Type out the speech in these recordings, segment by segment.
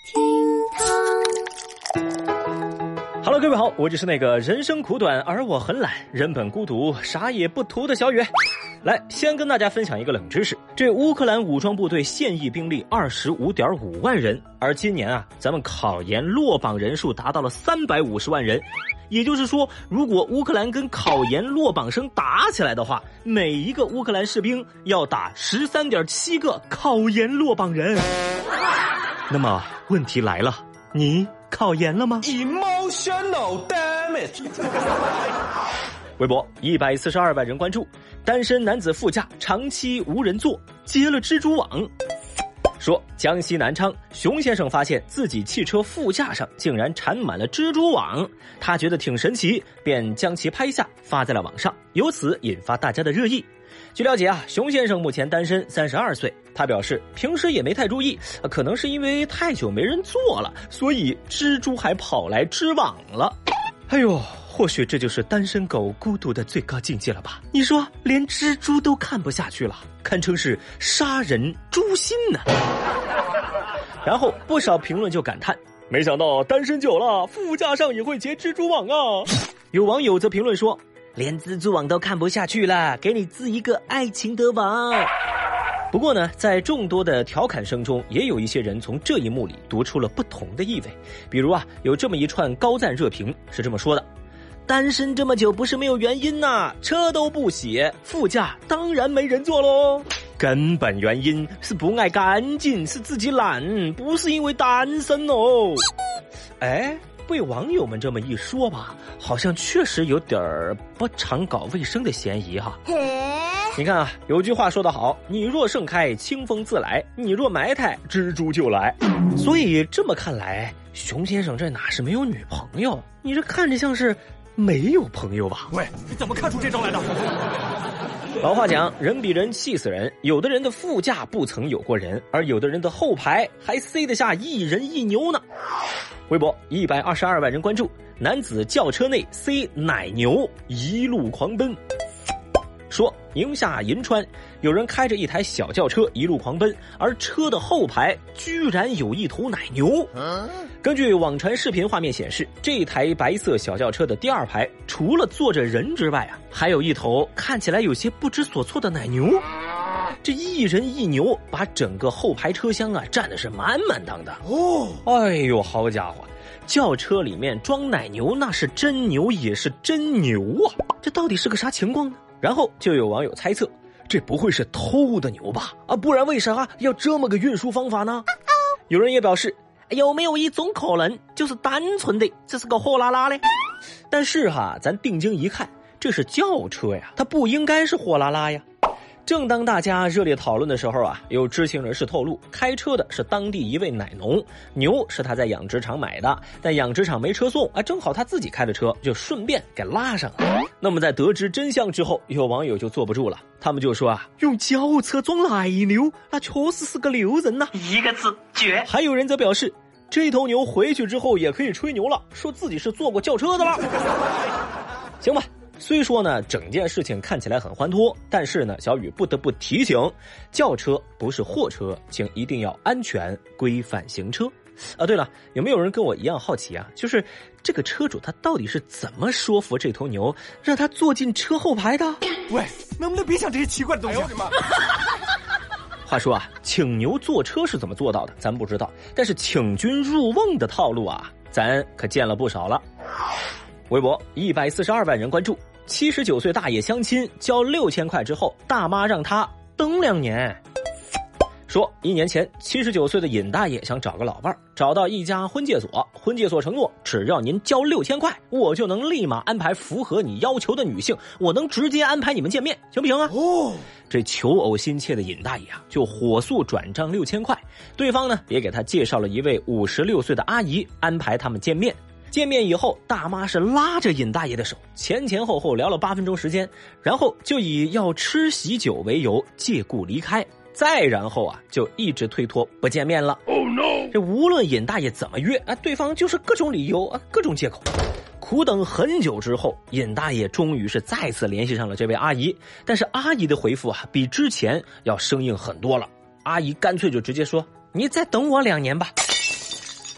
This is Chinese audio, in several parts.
Hello， 各位好，我就是那个人生苦短而我很懒，人本孤独啥也不图的小雨。来，先跟大家分享一个冷知识，这乌克兰武装部队现役兵力25.5万人，而今年啊，咱们考研落榜人数达到了350万人。也就是说，如果乌克兰跟考研落榜生打起来的话，每一个乌克兰士兵要打13.7个考研落榜人。那么问题来了，你考研了吗 ？Emotional damage。 微博142万人关注，单身男子副驾长期无人坐，接了蜘蛛网。说江西南昌熊先生发现自己汽车副驾上竟然缠满了蜘蛛网，他觉得挺神奇，便将其拍下发在了网上，由此引发大家的热议。据了解啊，熊先生目前单身，32岁。他表示平时也没太注意，可能是因为太久没人做了，所以蜘蛛还跑来织网了。哎呦，或许这就是单身狗孤独的最高境界了吧？你说连蜘蛛都看不下去了，堪称是杀人诛心呢。然后不少评论就感叹，没想到单身久了副驾上也会结蜘蛛网啊。有网友则评论说，连蜘蛛网都看不下去了，给你织一个爱情的网。不过呢，在众多的调侃声中，也有一些人从这一幕里读出了不同的意味。比如啊，有这么一串高赞热评是这么说的：单身这么久不是没有原因呐，车都不洗，副驾当然没人坐喽。根本原因是不爱干净，是自己懒，不是因为单身哦。哎，被网友们这么一说吧，好像确实有点不常搞卫生的嫌疑哈。你看啊，有句话说得好，你若盛开，清风自来；你若埋汰，蜘蛛就来。所以这么看来，熊先生这哪是没有女朋友？你这看着像是没有朋友吧？ 喂，你怎么看出这招来的？ 老话讲，人比人气死人。有的人的副驾不曾有过人，而有的人的后排还塞得下一人一牛呢。微博122万人关注，男子轿车内塞奶牛，一路狂奔。说宁夏银川有人开着一台小轿车一路狂奔，而车的后排居然有一头奶牛。根据网传视频画面显示，这台白色小轿车的第二排除了坐着人之外啊，还有一头看起来有些不知所措的奶牛。这一人一牛把整个后排车厢啊占的是满满当当哦。哎呦，好家伙，轿车里面装奶牛，那是真牛也是真牛啊！这到底是个啥情况呢？然后就有网友猜测，这不会是偷的牛吧？啊，不然为啥要这么个运输方法呢？有人也表示，有没有一种可能，就是单纯的这是个货拉拉嘞？但是哈，咱定睛一看，这是轿车呀，它不应该是货拉拉呀。正当大家热烈讨论的时候啊，有知情人士透露，开车的是当地一位奶农，牛是他在养殖场买的，但养殖场没车送啊，正好他自己开的车，就顺便给拉上了。那么在得知真相之后，有网友就坐不住了，他们就说啊，用轿车装奶牛，那确实是个牛人呐， 一个字，绝。 还有人则表示，这头牛回去之后也可以吹牛了，说自己是坐过轿车的了。行吧，虽说呢整件事情看起来很欢脱，但是呢小雨不得不提醒，轿车不是货车，请一定要安全规范行车。啊，对了，有没有人跟我一样好奇啊？就是这个车主他到底是怎么说服这头牛让他坐进车后排的？ 喂，能不能别想这些奇怪的东西？哎呦我的妈！ 话说啊，请牛坐车是怎么做到的咱不知道，但是请君入瓮的套路啊咱可见了不少了。微博142万人关注，79岁大爷相亲交6000块之后，大妈让他等2年。说1年前79岁的尹大爷想找个老伴儿，找到一家婚介所，婚介所承诺只要您交6000块，我就能立马安排符合你要求的女性，我能直接安排你们见面，行不行啊？哦，这求偶心切的尹大爷啊，就火速转账6000块，对方呢也给他介绍了一位56岁的阿姨，安排他们见面。见面以后，大妈是拉着尹大爷的手，前后后聊了8分钟时间，然后就以要吃喜酒为由借故离开。再然后啊，就一直推脱不见面了。Oh no！ 这无论尹大爷怎么约啊，对方就是各种理由啊，各种借口。苦等很久之后，尹大爷终于是再次联系上了这位阿姨，但是阿姨的回复啊，比之前要生硬很多了。阿姨干脆就直接说：“你再等我2年吧。”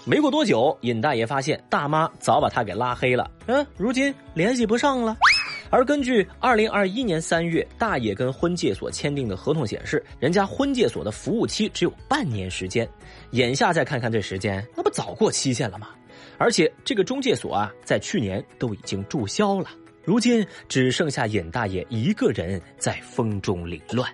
没过多久，尹大爷发现大妈早把他给拉黑了，如今联系不上了。而根据2021年3月大爷跟婚介所签订的合同显示，人家婚介所的服务期只有半年时间，眼下再看看这时间，那不早过期限了吗？而且这个中介所啊，在去年都已经注销了，如今只剩下尹大爷一个人在风中凌乱。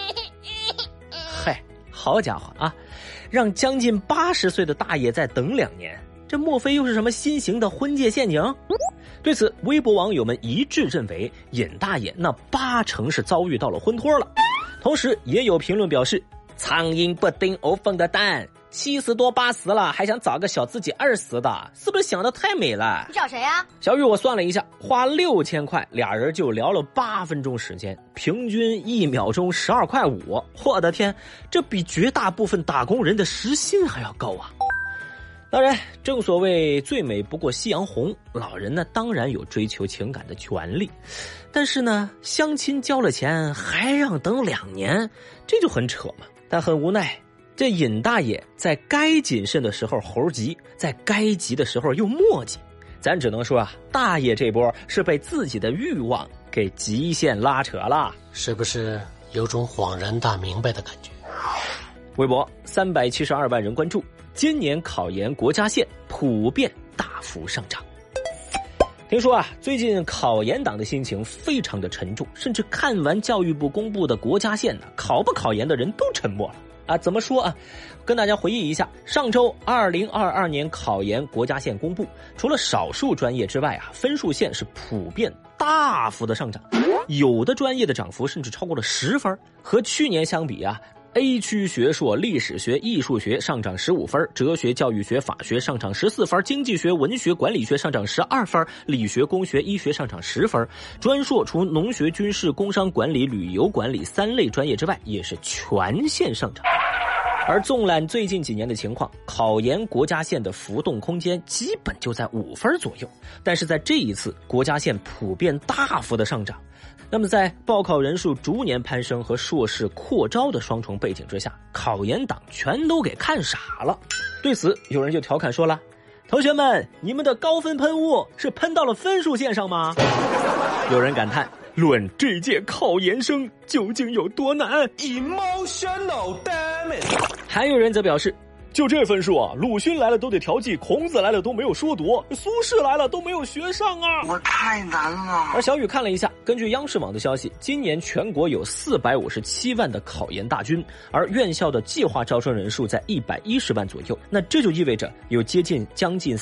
嗨，好家伙啊，让将近80岁的大爷再等2年，这莫非又是什么新型的婚介陷阱？对此，微博网友们一致认为尹大爷那80%是遭遇到了婚托了。同时也有评论表示，苍蝇不叮无缝的蛋，70多80了还想找个小自己20的，是不是想得太美了？ 你找谁啊？ 小雨我算了一下，花6000块，俩人就聊了8分钟时间，平均1秒钟12.5块。我的天，这比绝大部分打工人的时薪还要高啊！当然，正所谓最美不过夕阳红，老人呢当然有追求情感的权利，但是呢，相亲交了钱还让等2年，这就很扯嘛。但很无奈，这尹大爷在该谨慎的时候猴急，在该急的时候又磨叽，咱只能说啊，大爷这波是被自己的欲望给极限拉扯了， 是不是有种恍然大明白的感觉？ 微博372万人关注，今年考研国家线普遍大幅上涨。听说啊，最近考研党的心情非常的沉重，甚至看完教育部公布的国家线呢，考不考研的人都沉默了啊。怎么说啊？跟大家回忆一下，上周2022年考研国家线公布，除了少数专业之外啊，分数线是普遍大幅的上涨，有的专业的涨幅甚至超过了10分，和去年相比啊，A 区学硕、历史学、艺术学上涨15分，哲学、教育学、法学上涨14分，经济学、文学、管理学上涨12分，理学、工学、医学上涨10分。专硕除农学、军事、工商管理、旅游管理3类专业之外，也是全线上涨。而纵览最近几年的情况，考研国家线的浮动空间基本就在5分左右，但是在这一次国家线普遍大幅的上涨。那么在报考人数逐年攀升和硕士扩招的双重背景之下，考研党全都给看傻了。对此有人就调侃说了，同学们，你们的高分喷雾是喷到了分数线上吗？有人感叹，论这届考研生究竟有多难 Emotional damage。 还有人则表示，就这分数啊，鲁迅来了都得调剂，孔子来了都没有说读，苏轼来了都没有学上啊， 我太难了。 而小雨看了一下，根据央视网的消息，今年全国有457万的考研大军，而院校的计划招生人数在110万左右，那这就意味着有将近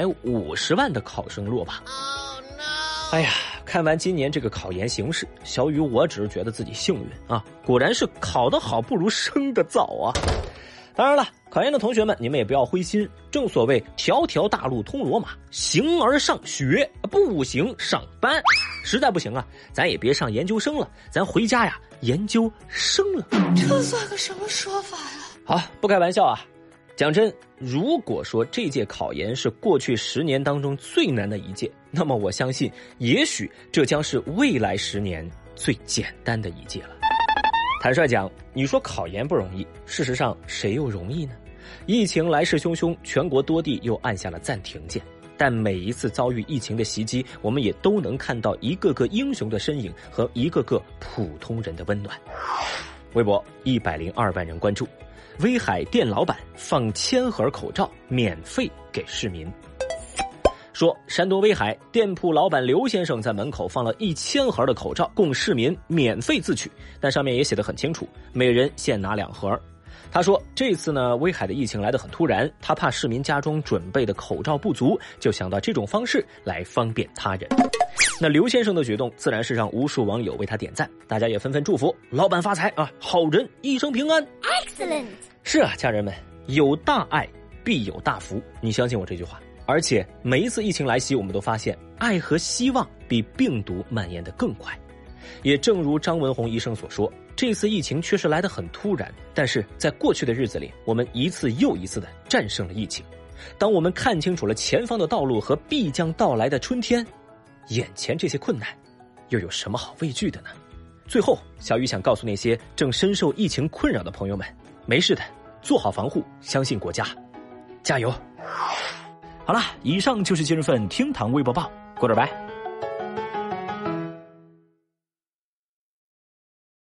350万的考生落榜。Oh no！ 哎呀，看完今年这个考研形势，小雨我只是觉得自己幸运啊，果然是考得好不如生得早啊。当然了，考研的同学们，你们也不要灰心。正所谓条条大路通罗马，行而上学，不行上班。实在不行啊，咱也别上研究生了，咱回家呀研究生了。 这算个什么说法呀？ 好，不开玩笑啊。讲真，如果说这届考研是过去10年当中最难的一届，那么我相信，也许这将是未来10年最简单的一届了。坦率讲，你说考研不容易，事实上谁又容易呢？疫情来势汹汹，全国多地又按下了暂停键，但每一次遭遇疫情的袭击，我们也都能看到一个个英雄的身影和一个个普通人的温暖。微博102万人关注，威海店老板放1000盒口罩免费给市民。说山东威海店铺老板刘先生在门口放了1000盒的口罩，供市民免费自取，但上面也写得很清楚，每人限拿2盒。他说这次呢，威海的疫情来得很突然，他怕市民家中准备的口罩不足，就想到这种方式来方便他人。那刘先生的举动自然是让无数网友为他点赞，大家也纷纷祝福老板发财啊，好人一生平安。 Excellent。 是啊，家人们，有大爱必有大福，你相信我这句话。而且每一次疫情来袭，我们都发现爱和希望比病毒蔓延得更快。也正如张文宏医生所说，这次疫情确实来得很突然，但是在过去的日子里，我们一次又一次地战胜了疫情。当我们看清楚了前方的道路和必将到来的春天，眼前这些困难又有什么好畏惧的呢？最后，小雨想告诉那些正深受疫情困扰的朋友们，没事的，做好防护，相信国家， 加油！好了，以上就是今日份厅堂微博报，过点拜。